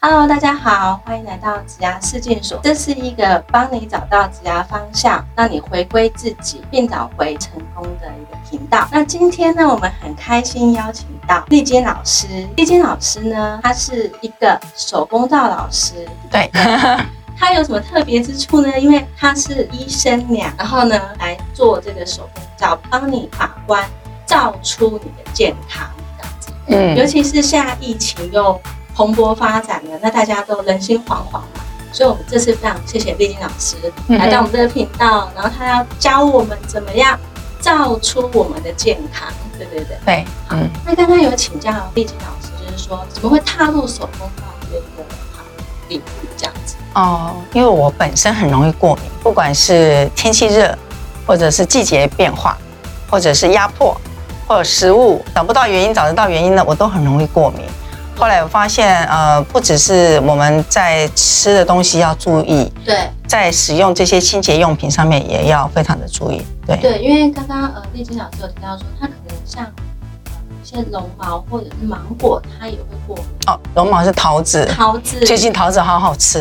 Hello， 大家好，欢迎来到职涯事件所。这是一个帮你找到职涯方向，让你回归自己，并找回成功的一个频道。那今天呢，我们很开心邀请到丽晶老师。丽晶老师呢，她是一个手工皂老师。 对。 她有什么特别之处呢？因为她是医生娘，然后呢来做这个手工皂，帮你把关，造出你的健康这样子。尤其是现在疫情又蓬勃发展了，那大家都人心惶惶嘛，所以我们这次非常谢谢丽晶老师来到我们这个频道，然后他要教我们怎么样造出我们的健康，对。好，那刚刚有请教丽晶老师，就是说怎么会踏入手工皂这个领域这样子？ 因为我本身很容易过敏，不管是天气热，或者是季节变化，或者是压迫，或者食物找不到原因，找得到原因呢，我都很容易过敏。后来我发现，不只是我们在吃的东西要注意， 对， 在使用这些清洁用品上面也要非常的注意， 对，因为刚刚丽晶老师有提到说，它可能像一些绒毛或者是芒果，它也会过敏。 绒毛是桃子，最近桃子好好吃，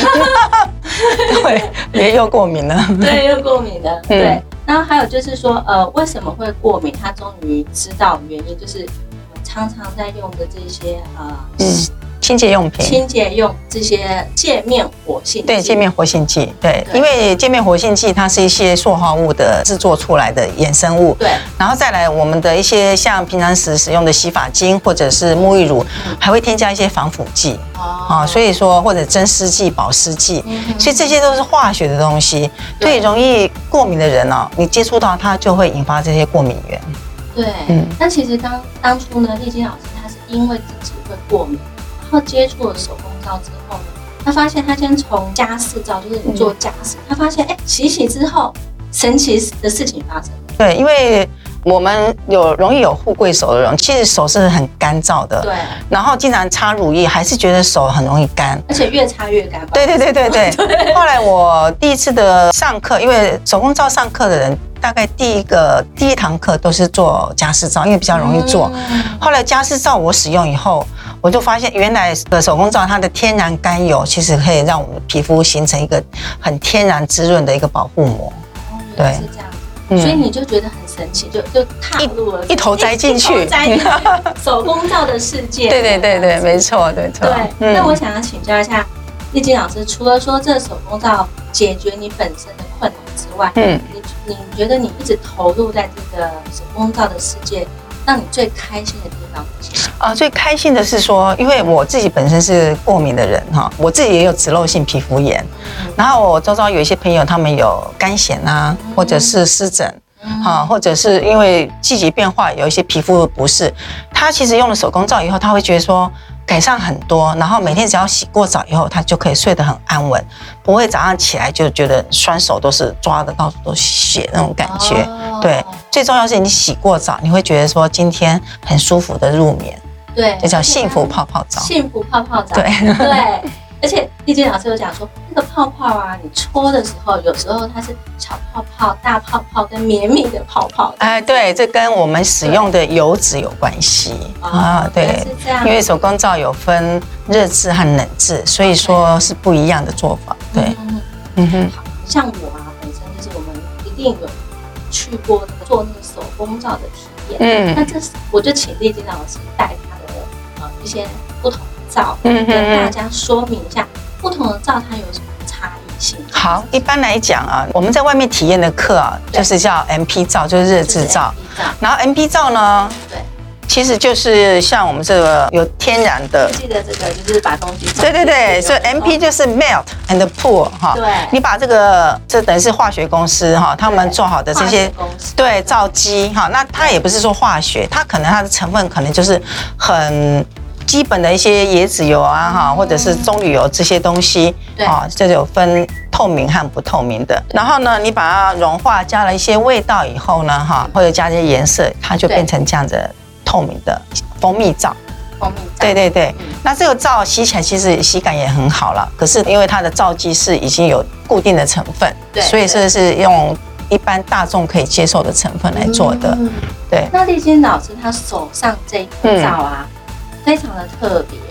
对，也又过敏了， 对，又过敏了，对。然后还有就是说，为什么会过敏？他终于知道原因，就是常常在用的这些清洁用品、 清洁用这些界面活性剂， 对，界面活性剂，对，因为界面活性剂它是一些塑化物的制作出来的衍生物， 对， 然后再来我们的一些像平常时使用的洗发精或者是沐浴乳，还会添加一些防腐剂，所以说或者增湿剂、保湿剂，所以这些都是化学的东西，对容易过敏的人你接触到它就会引发这些过敏源。 对，那其实当初呢，丽晶老师她是因为自己会过敏，然后接触了手工皂之后呢，她发现她先从家事皂，就是你做家事，她发现洗之后，神奇的事情发生了。 对，因为我们容易有护贵手的人，其实手是很干燥的， 对， 然后经常擦乳液，还是觉得手很容易干， 而且越擦越干。 对。后来我第一次的上课，因为手工皂上课的人，大概第一堂课都是做家事皂，因为比较容易做。后来家事皂我使用以后，我就发现原来的手工皂它的天然甘油，其实可以让我们的皮肤形成一个很天然滋润的一个保护膜。 对，是这样子。所以你就觉得很神奇，就踏入了一头栽进去手工皂的世界。 对，没错。 对，那我想要请教一下丽晶老师，除了说这手工皂解决你本身的困难之外，你觉得你一直投入在这个手工皂的世界，让你最开心的地方是什么？ 最开心的是说，因为我自己本身是过敏的人我自己也有脂漏性皮肤炎，然后我周遭有一些朋友他们有干癣或者是湿疹，或者是因为季节变化有一些皮肤的不适，他其实用了手工皂以后，他会觉得说改善很多，然后每天只要洗过澡以后，他就可以睡得很安稳，不会早上起来就觉得双手都是抓的到处都血那种感觉。对，最重要是你洗过澡，你会觉得说今天很舒服的入眠。 对， 就叫幸福泡泡澡。 幸福泡泡澡。 对。 而且丽晶老师有讲说，那个泡泡你搓的时候，有时候它是小泡泡、大泡泡跟绵密的泡泡。 对，这跟我们使用的油脂有关系对， 是这样。 因为手工皂有分热制和冷制，所以说是不一样的做法。对， 好，像我本身就是我们一定有去过做那个手工皂的体验。那我就请丽晶老师带他的一些不同的皂，跟大家说明一下不同的皂它有什么差异性。 好，一般来讲我们在外面体验的课就是叫 MP 皂，就是热制皂。然后 MP 皂呢，对，其实就是像我们这个有天然的， 记得这个就是把东西对，所以 MP 就是 melt and pour 对， 你把这等于是化学公司他们做好的这些对皂基那它也不是说化学，它可能它的成分可能就是很基本的一些椰子油或者是棕榈油这些东西这就有分透明和不透明的。然后呢，你把它融化，加了一些味道以后呢或者加一些颜色，它就变成这样子透明的蜂蜜皂。对，那这个皂洗起来其实洗感也很好了，可是因为它的皂基是已经有固定的成分，所以是用一般大众可以接受的成分来做的。对。 那丽晶老师她手上这一颗皂非常的特别，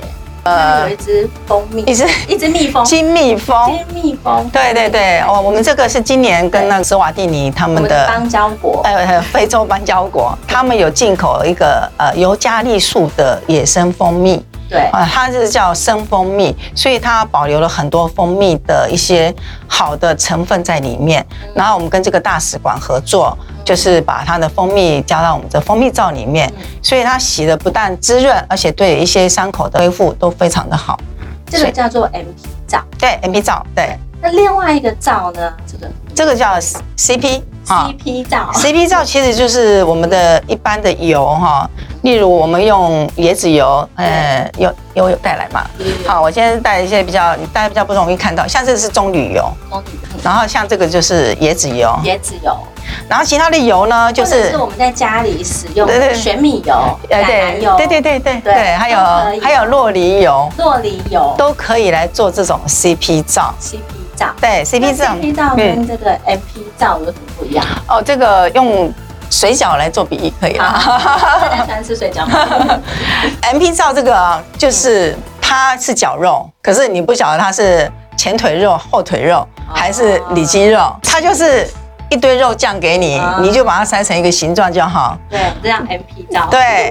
有一只蜂蜜，一只蜜蜂， 金蜜蜂，对对对，我们这个是今年跟那个斯瓦蒂尼他们的邦交国， 非洲邦交国，他们有进口一个尤加利树的野生蜂蜜。 对， 它是叫生蜂蜜，所以它保留了很多蜂蜜的一些好的成分在里面。然后我们跟这个大使馆合作，就是把它的蜂蜜加到我们的蜂蜜皂里面，所以它洗的不但滋润，而且对一些伤口的恢复都非常的好。 这个叫做 MP 皂， 对 MP 皂，对。 那另外一个皂呢？ 这个叫 CP 皂 ，CP 皂其实就是我们的一般的油哈。例如我们用椰子油，有带来嘛？好，我现在带一些大家比较不容易看到，像这个是棕榈油，然后像这个就是椰子油，然后其他的油呢，就是我们在家里使用的玄米油、橄榄油， 对，还有洛梨油都可以来做这种 CP 皂。对 CP 皂跟这个 MP 皂有什么不一样？ 哦，这个用水饺来做比喻可以了。 大家喜欢吃水饺吗 ？MP 皂这个就是它是绞肉，可是你不晓得它是前腿肉、后腿肉还是里脊肉，它就是一堆肉酱给你，你就把它塞成一个形状就好。 对，这样 MP 皂。 对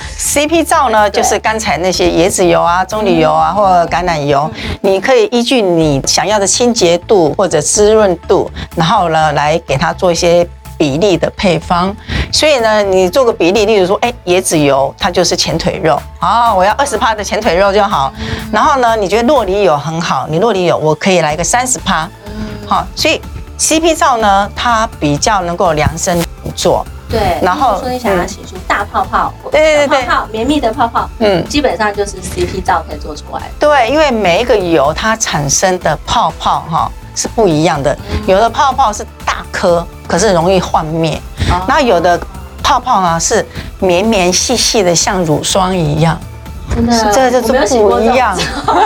，CP 皂呢，就是刚才那些椰子油啊、棕榈油啊，或橄榄油，你可以依据你想要的清洁度或者滋润度，然后呢来给它做一些比例的配方。所以呢，你做个比例，例如说，椰子油它就是前腿肉，我要20%的前腿肉就好。然后呢，你觉得洛梨油很好，你洛梨油我可以来个30%。好，所以 CP 皂呢，它比较能够量身定做。 对，然后说你想要洗出大泡泡， 对， 泡泡绵密的泡泡，基本上就是 CP 皂可以做出来的。 对，因为每一个油它产生的泡泡是不一样的，有的泡泡是大颗，可是容易幻灭，然后有的泡泡呢是绵绵细细的，像乳霜一样， 真的， 这就是不一样。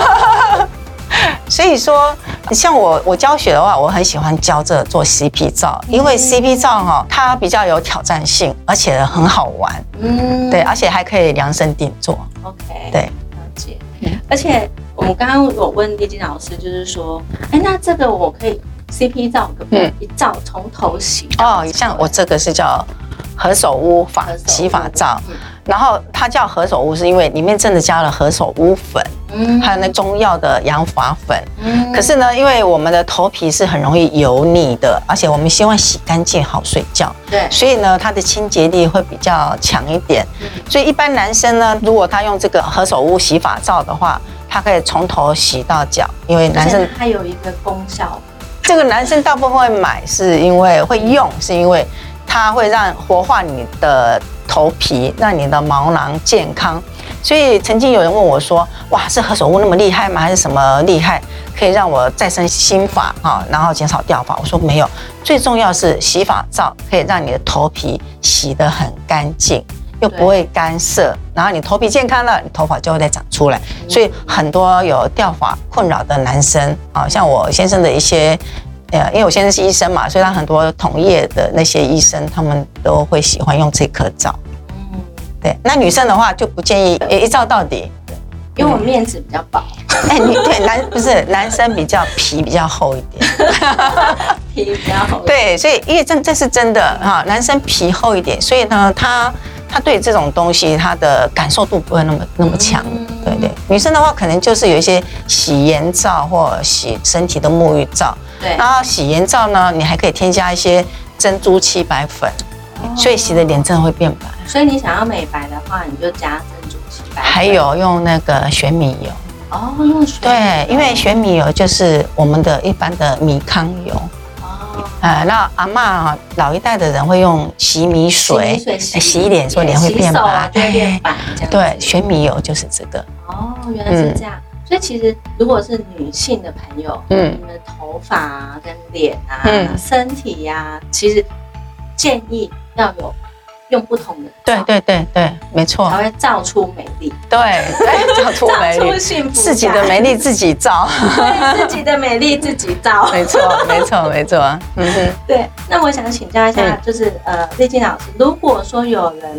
所以说，像我教学的话，我很喜欢教这做 CP 皂，因为 CP 皂它比较有挑战性，而且很好玩，对，而且还可以量身定做。 OK， 对， 了解。而且我们刚刚有问丽晶老师，就是说，那这个我可以 CP 皂可不可以一皂从头洗？ 像我这个是叫何首乌洗发皂。然后它叫何首乌，是因为里面真的加了何首乌粉，还有那中药的养发粉。可是呢，因为我们的头皮是很容易油腻的，而且我们希望洗干净好睡觉， 对， 所以呢，它的清洁力会比较强一点。所以一般男生呢，如果他用这个何首乌洗发皂的话，他可以从头洗到脚，因为男生它有一个功效。 这个男生大部分会买，是因为会用，是因为它会让活化你的头皮，让你的毛囊健康。所以曾经有人问我说：“哇，是何首乌那么厉害吗？还是什么厉害可以让我再生新发然后减少掉发？”我说没有，最重要是洗发皂可以让你的头皮洗得很干净，又不会干涩，然后你头皮健康了，你头发就会再长出来。所以很多有掉发困扰的男生像我先生的一些。因为我先生是医生嘛，所以他很多同业的那些医生，他们都会喜欢用这颗皂。对，那女生的话就不建议一皂到底， 因为我面子比较薄。 对，男生比较皮比较厚一点， 皮比较厚。 对，所以因为这是真的男生皮厚一点，所以呢，他对这种东西他的感受度不会那么强。对，女生的话可能就是有一些洗颜皂或洗身体的沐浴皂。 对， 然后洗颜皂呢，你还可以添加一些珍珠漆白粉，所以洗的脸真的会变白。 所以你想要美白的话，你就加珍珠漆白粉。 还有用那个玄米油。 用玄米油。 对，因为玄米油就是我们的一般的米糠油。那阿嬷老一代的人会用洗米水洗脸，说脸会变白， 就会变白这样。 对，玄米油就是这个。 原来是这样。所以其实如果是女性的朋友，你们头发跟脸身体其实建议要有用不同的皂。 对，没错， 才会造出美丽。 对，造出美丽，造出幸福， 自己的美丽自己造。 对，自己的美丽自己造。 没错。 对，那我想请教一下，就是丽晶老师，如果说有人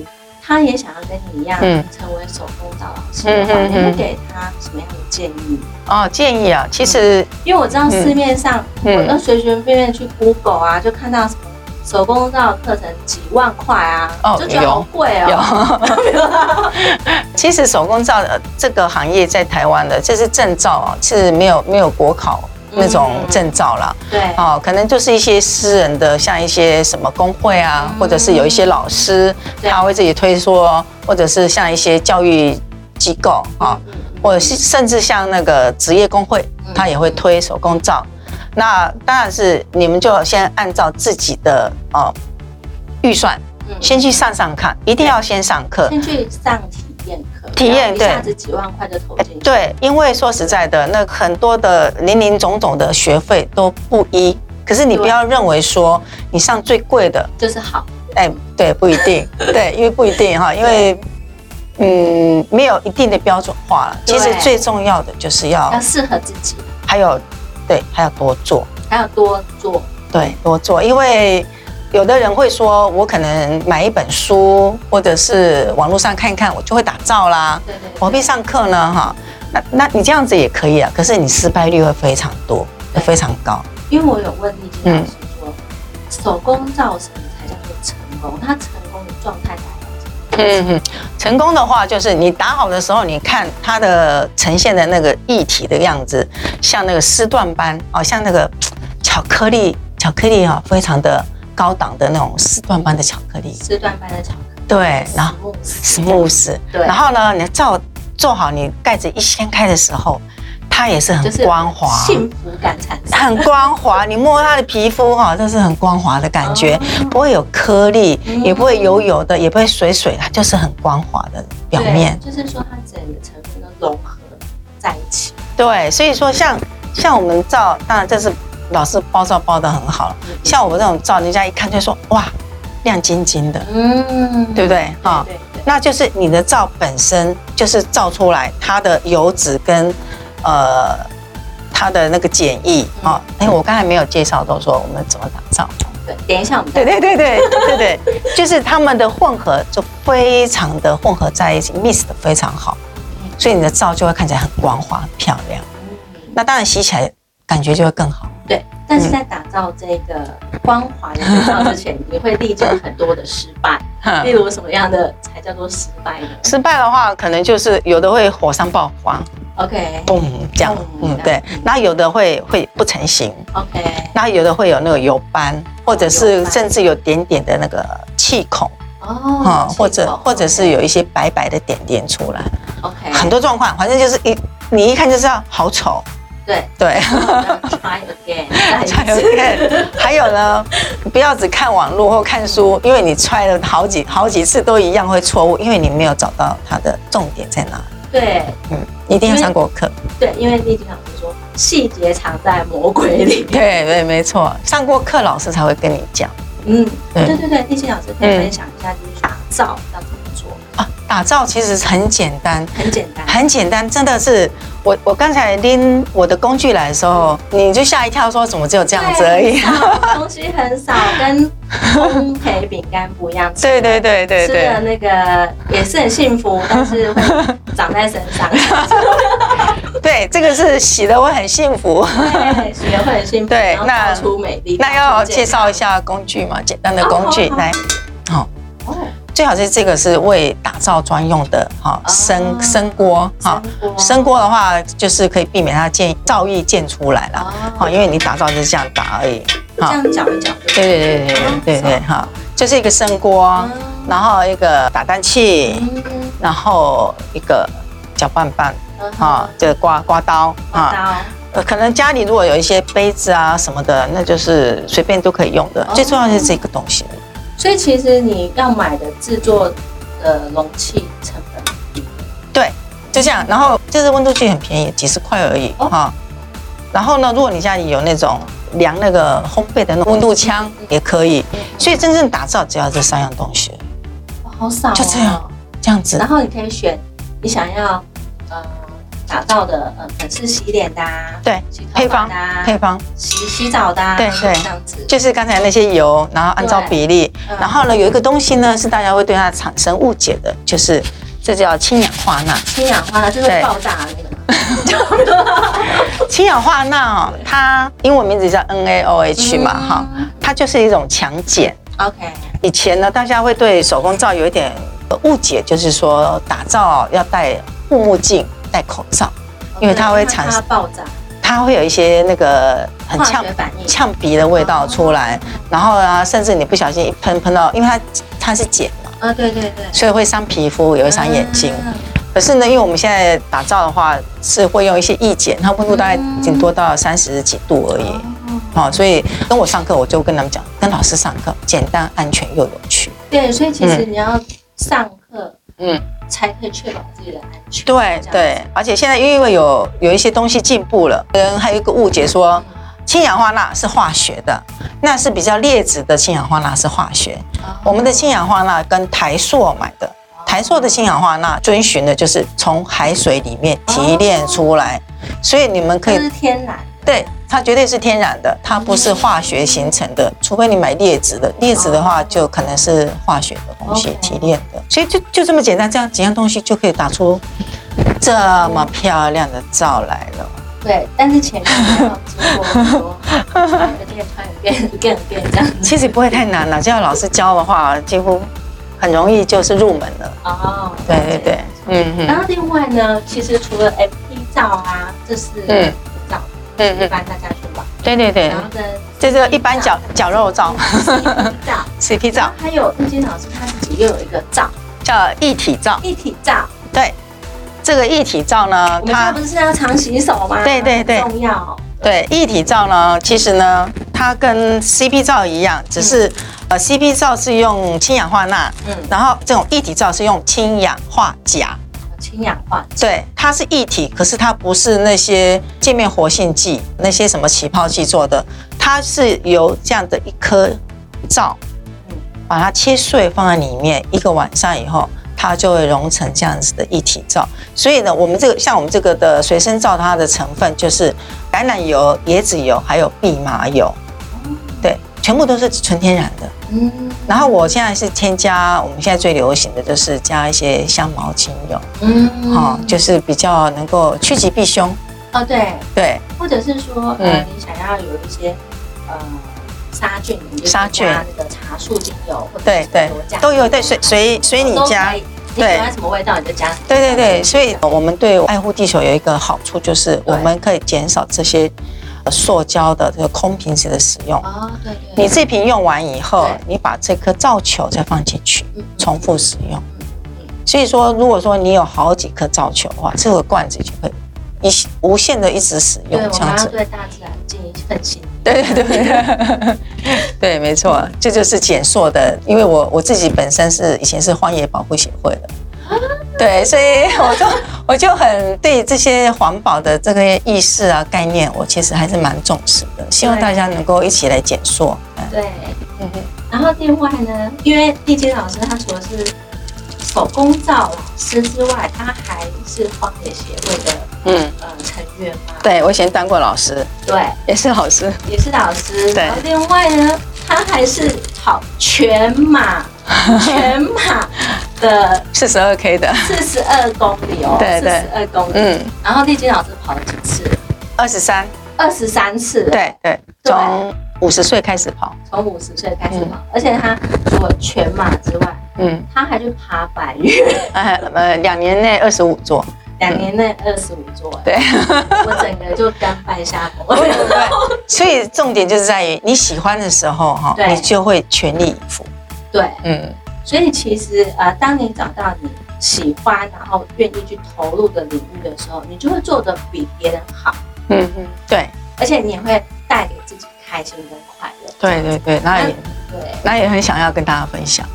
他也想要跟你一样成为手工皂老师的话，你会给他什么样的建议？ 建议啊，其实因为我知道市面上，我都随随便便去 Google 啊，就看到什么手工皂课程几万块啊，就觉得好贵哦。 其实手工皂这个行业在台湾的，这是证照是没有国考那种证照啦。 对， 可能就是一些私人的，像一些什么工会啊，或者是有一些老师他会自己推说，或者是像一些教育机构或者是甚至像那个职业工会，他也会推手工皂。那当然是你们就先按照自己的预算，先去上课，一定要先上课， 先去上体验课， 体验对， 一下子几万块就投进去。 对，因为说实在的，那很多的林总总的学费都不一，可是你不要认为说你上最贵的就是好， 对，不一定，对，因为不一定哈，因为没有一定的标准化了。其实最重要的就是要适合自己， 还要多做，对，多做，因为有的人会说，我可能买一本书，或者是网络上看一看，我就会打造啦， 对， 我何必上课呢？哈，那你这样子也可以啊，可是你失败率会非常多，会非常高。 因为我有问丽晶老师说，手工皂什么才叫做成功？它成功的状态成功的话就是你打好的时候，你看它的呈现的那个液体的样子，像那个丝缎般像那个巧克力非常的高档的那种丝缎般的巧克力，对，然后 smooth， 对，然后呢，你皂做好，你盖子一掀开的时候，它也是很光滑， 幸福感产生， 很光滑。你摸它的皮肤都是很光滑的感觉，不会有颗粒，也不会油的，也不会水，它就是很光滑的表面。 就是说它整个成分都融合在一起。 对，所以说像我们皂，当然这是老师包皂包得很好，像我们这种皂，人家一看就说哇，亮晶晶的，对不对？对，那就是你的皂本身就是皂出来它的油脂跟它的那个碱液我刚才没有介绍到说我们怎么打皂。 对，等一下我们对，就是它们的混合就非常的混合在一起 ，mix 的非常好，所以你的皂就会看起来很光滑、很漂亮。那当然洗起来感觉就会更好。 对，但是在打造这个光滑的皂之前，你会历经很多的失败。例如什么样的才叫做失败呢？ 失败的话，可能就是有的会火山爆发。 OK， 这样，对，然后有的会不成形 ，OK， 然后有的会有那个油斑，或者是甚至有点点的那个气孔，或者是有一些白白的点点出来 ，OK， 很多状况，反正就是你一看就知道好丑， 对，try again， 还有呢，不要只看网络或看书，因为你 try 了好几次都一样会错误，因为你没有找到它的重点在哪里。 对， 一定要上过课。 对，因为丽晶老师说，细节藏在魔鬼里。 对，没错，上过课老师才会跟你讲。 对，丽晶老师可以分享一下，就是打皂要怎么做打皂其实很简单，真的是。我刚才拎我的工具来的时候，你就吓一跳，说怎么只有这样子而已？ 东西很少，跟烘焙饼干不一样。 对， 吃的那个也是很幸福，但是会长在身上。 对，这个是洗的会很幸福， 对，洗的会很幸福。对，那出美丽。 那要介绍一下工具嘛，简单的工具来，最好是这个是为打皂专用的生锅生锅的话就是可以避免它皂液溅出来了因为你打皂就是这样打而已， 这样搅一搅。 对就是一个生锅，然后一个打蛋器，然后一个搅拌棒这个刮刀可能家里如果有一些杯子啊什么的，那就是随便都可以用的，最重要的是这个东西。 所以其实你要买的制作的容器成本， 对，就这样。然后这个温度计很便宜，几十块而已然后呢，如果你家里有那种量那个烘焙的那种温度枪也可以。所以真正打造只要这3样东西。 好少， 就这样子。 然后你可以选你想要打造的粉式洗脸的啊， 对， 洗头发的啊， 配方， 洗澡的啊， 对， 这样子， 就是刚才那些油，然后按照比例，然后呢有一个东西呢是大家会对它产生误解的，就是这叫氢氧化钠。 氢氧化钠就是爆炸的那个。 氢氧化钠哦，它英文名字叫 NaOH 嘛，哈，它就是一种强碱。 OK。 以前呢，大家会对手工皂有一点误解，就是说打皂要戴护目镜、戴口罩，因为它会产生爆炸， 它会有一些那个很呛鼻的味道出来，然后呢，甚至你不小心一喷到，因为它是碱嘛， 对， 所以会伤皮肤，也会伤眼睛。可是呢，因为我们现在打皂的话是会用一些抑碱，它温度大概顶多到30几度而已。所以跟我上课，我就跟他们讲，跟老师上课简单、安全又有趣。 对，所以其实你要上课，才可以确保自己的安全。 对，而且现在因为有一些东西进步了，还有一个误解说氢氧化钠是化学的，那是比较劣质的氢氧化钠是化学。我们的氢氧化钠跟台塑买的。台塑的氢氧化钠遵循的就是从海水里面提炼出来，所以你们可以它是天然， 对，它绝对是天然的，它不是化学形成的，除非你买劣质的，劣质的话就可能是化学的东西提炼的，所以就这么简单，这样几样东西就可以打出这么漂亮的皂来了。 对，但是前面还要经过很多穿一遍这样子。 其实不会太难了，只要老师教的话，几乎很容易就是入门了。对， 然后另外呢，其实除了 FP 皂啊，这是皂，一般大家去买。 对。然后呢，这个一般绞肉皂，CP 皂， 还有易经老师他自己又有一个皂， 叫液体皂。 液体皂， 对，这个液体皂呢， 它不是要常洗手吗？ 对， 重要。 对，液体皂呢，其实呢，它跟 CP 皂一样，只是CP 皂是用氢氧化钠，然后这种液体皂是用氢氧化钾。 氢氧化钾， 对，它是液体，可是它不是那些界面活性剂、那些什么起泡剂做的，它是由这样的一颗皂，把它切碎放在里面，1个晚上以后，它就会融成这样子的液体皂。所以呢，我们这个的随身皂，它的成分就是橄榄油、椰子油还有蓖麻油，对，全部都是纯天然的。然后我现在是添加，我们现在最流行的就是加一些香茅精油，就是比较能够趋吉避凶。对， 或者是说，你想要有一些杀菌，你就加那个茶树精油，或者对，都有，对，随你加。 你喜欢什么味道你就加什么。 对，所以我们对爱护地球有一个好处，就是我们可以减少这些塑胶的这个空瓶子的使用。 对。 你这瓶用完以后，你把这颗皂球再放进去，重复使用。所以说，如果说你有好几颗皂球的话，这个罐子就可以无限的一直使用。 对，我们要对大自然尽一份心。 对，没错，这就是减塑的。因为我自己本身以前是荒野保护协会的，对，所以我就很对这些环保的这个意识啊概念，我其实还是蛮重视的。希望大家能够一起来减塑。 对，然后另外呢，因为丽晶老师他除了是手工皂老师之外，他还是荒野协会的成员嘛。 对，我以前当过老师。 对， 也是老师。 对。然后另外呢，他还是跑全马的 42K 的 42公里哦。 对 ，42公里。然后丽晶老师跑了几次？23次。 对，从50岁开始跑。 而且他除了全马之外，他还去爬百岳。 2年内25座。 2年内25座。对，我整个就甘拜下风。 对，所以重点就是在于你喜欢的时候哈，你就会全力以赴。 对，所以其实当你找到你喜欢，然后愿意去投入的领域的时候，你就会做得比别人好。对，而且你也会带给自己开心跟快乐。 对，那也很想要跟大家分享，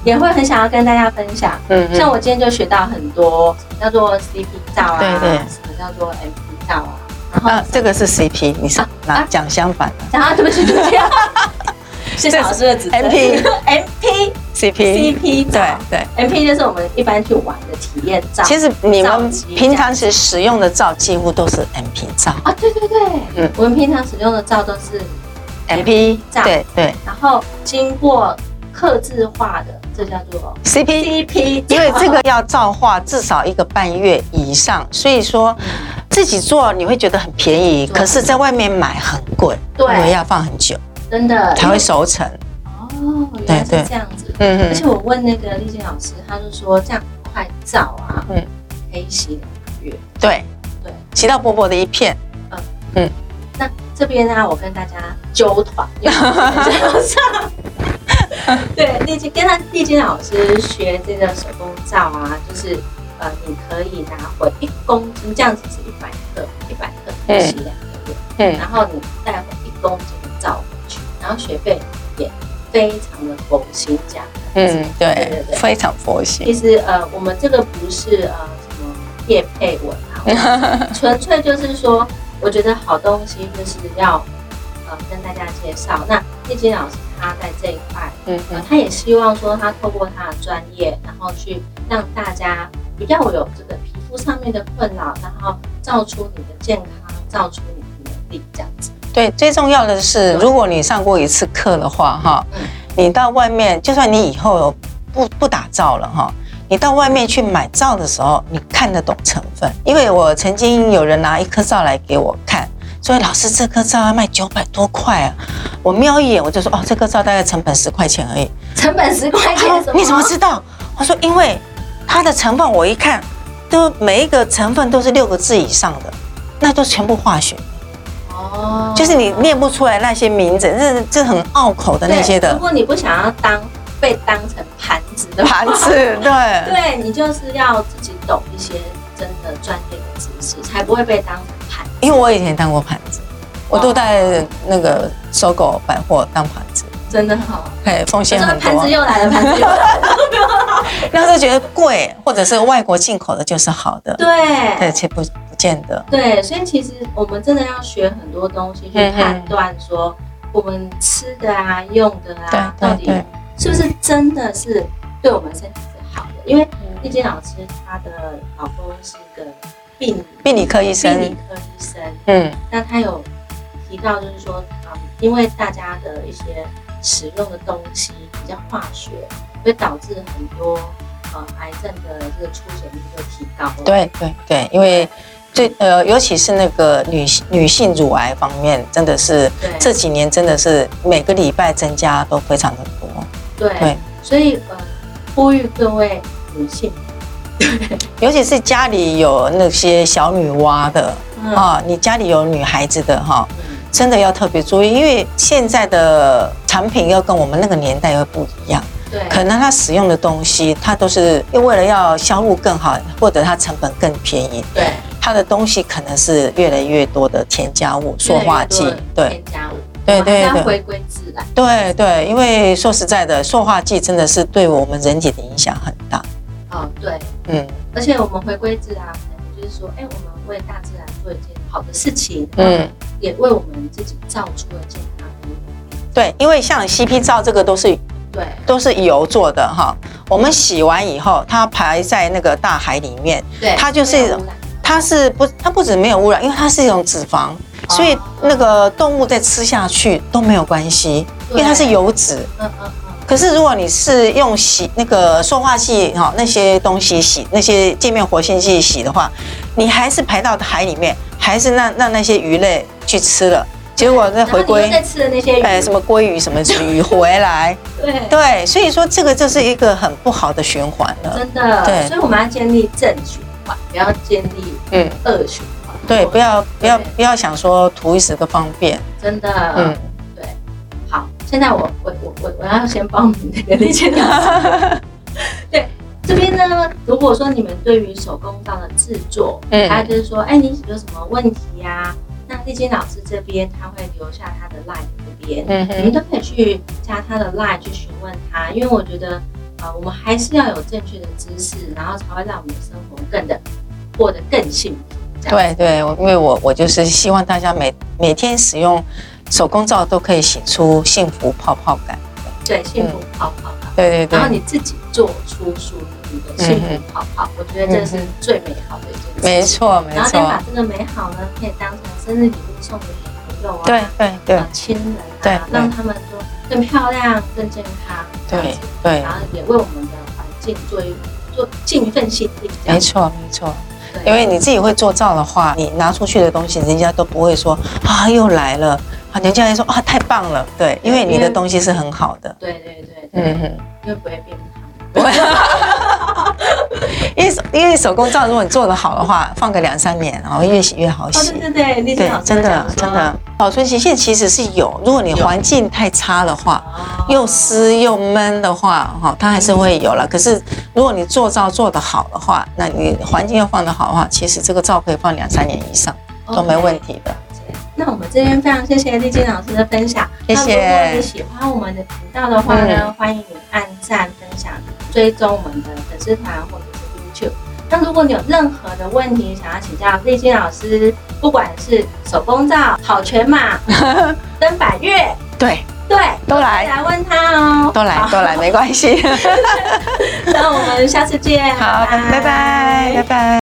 像我今天就学到很多，什么叫做 CP 皂啊，什么叫做 MP 皂啊，然后这个是 CP， 你是讲相反的。 对不起，谢谢老师的指正。MP CP 照， 对 MP 就是我们一般去玩的体验照。 其实你们平常时使用的照几乎都是 MP 照啊，对，我们平常使用的照都是 MP 照，对， 然后经过客制化的，这叫做 CP， 因为这个要照画至少1个半月以上，所以说自己做你会觉得很便宜，可是在外面买很贵，因为要放很久， 真的才会熟成。 哦，原来是这样子。而且我问那个丽晶老师，他就说这样1块照啊，可以洗2个月。对， 洗到薄薄的一片。 那这边呢，我跟大家揪团，对，丽晶老师学这个手工皂啊，就是你可以拿回1公斤，这样子是100克洗2个月，然后你带回1公斤的皂回去，然后学费也非常的佛心价， 对，非常佛心。 其实我们这个不是什么业配文啊，纯粹就是说，我觉得好东西就是要跟大家介绍。那丽晶老师他在这一块，他也希望说他透过他的专业，然后去让大家不要有这个皮肤上面的困扰，然后照出你的健康，照出你的能力这样子。 对，最重要的是，如果你上过1次课的话，哈，你到外面，就算你以后不打皂了，哈，你到外面去买皂的时候，你看得懂成分。因为我曾经有人拿1颗皂来给我看，所以老师这颗皂要卖900多块啊！我瞄一眼我就说，哦，这颗皂大概成本10块钱而已。 成本10块钱？ 你怎么知道？我说因为它的成分我一看，都每一个成分都是6个字以上的，那都全部化学。哦，就是你念不出来那些名字，这很拗口的那些的。 如果你不想要被当成盘子的对，你就是要自己懂一些真的专业的知识，才不会被当成盘子。 因为我以前当过盘子，我都在那个搜狗百货当盘子， 真的好， 风险很多。 盘子又来了， 那时候觉得贵，或者是外国进口的就是好的，对，且不见得。 对，所以其实我们真的要学很多东西去判断说，我们吃的啊、用的啊，到底是不是真的是对我们身体是好的？因为丽晶老师她的老公是个病理科医生， 那他有提到就是说，因为大家的一些使用的东西比较化学，会导致很多癌症的这个出现率会提高。 对，因为尤其是那个女性乳癌方面，真的是这几年真的是每个礼拜增加都非常的多。 对，所以呼吁各位女性， 尤其是家里有那些小女娃的你家里有女孩子的哈，真的要特别注意，因为现在的产品要跟我们那个年代又不一样。可能它使用的东西，它都是为了要销路更好，或者它成本更便宜。它的东西可能是越来越多的添加物、塑化剂。 添加物。 对， 回归自然。 对，因为说实在的，塑化剂真的是对我们人体的影响很大。 对，而且我们回归自然，就是说，我们为大自然做一件好的事情，也为我们自己造出了健康的。 对，因为像 CP 皂这个都是油做的哈，我们洗完以后，它排在那个大海里面，它就是它不止没有污染，因为它是一种脂肪，所以那个动物再吃下去都没有关系，因为它是油脂。可是如果你是用洗那个塑化剂那些东西洗，那些界面活性剂洗的话，你还是排到海里面，还是让那些鱼类去吃了。结果再回归， 再吃的那些鱼， 什么鲑鱼什么鱼回来，对，所以说这个就是一个很不好的循环了， 真的。对，所以我们要建立正循环，不要建立恶循环。 对，不要想说图一时的方便， 真的。对。好，现在我要先报名那个丽晶老师。对，这边呢，如果说你们对于手工皂的制作，还有就是说，你有什么问题呀？那丽晶老师这边他会留下他的 LINE 这边，你们都可以去加他的 LINE 去询问他，因为我觉得我们还是要有正确的知识，然后才会让我们的生活过得更幸福。 对，因为我就是希望大家每天使用手工皂都可以洗出幸福泡泡感。 对，幸福泡泡感。 对， 然后你自己做出属于你的幸福泡泡，我觉得这是最美好的一件事。 没错， 然后再把这个美好呢，可以当成生日礼物送给朋友啊，对，亲人啊，让他们都更漂亮、更健康。对，然后也为我们的环境做尽一份心力。 没错。因为你自己会做皂的话，你拿出去的东西，人家都不会说啊又来了，人家会说啊太棒了，对，因为你的东西是很好的。 对，因为不会变胖。 因为手工皂，如果你做得好的话，放个2-3年，然后越洗越好洗。 对， 真的，保存期限其实是有。如果你环境太差的话，又湿又闷的话，它还是会有了。可是如果你做皂做得好的话，那你环境又放得好的话，其实这个皂可以放2-3年以上都没问题的。 那我们这边非常谢谢丽晶老师的分享， 谢谢。 如果你喜欢我们的频道的话呢，欢迎你按赞、分享、追踪我们的粉丝团或者是 YouTube。那如果你有任何的问题想要请教丽晶老师，不管是手工皂、好全码、登百岳，对，都来问他哦， 都来，没关系。 那我们下次见， 好，拜拜。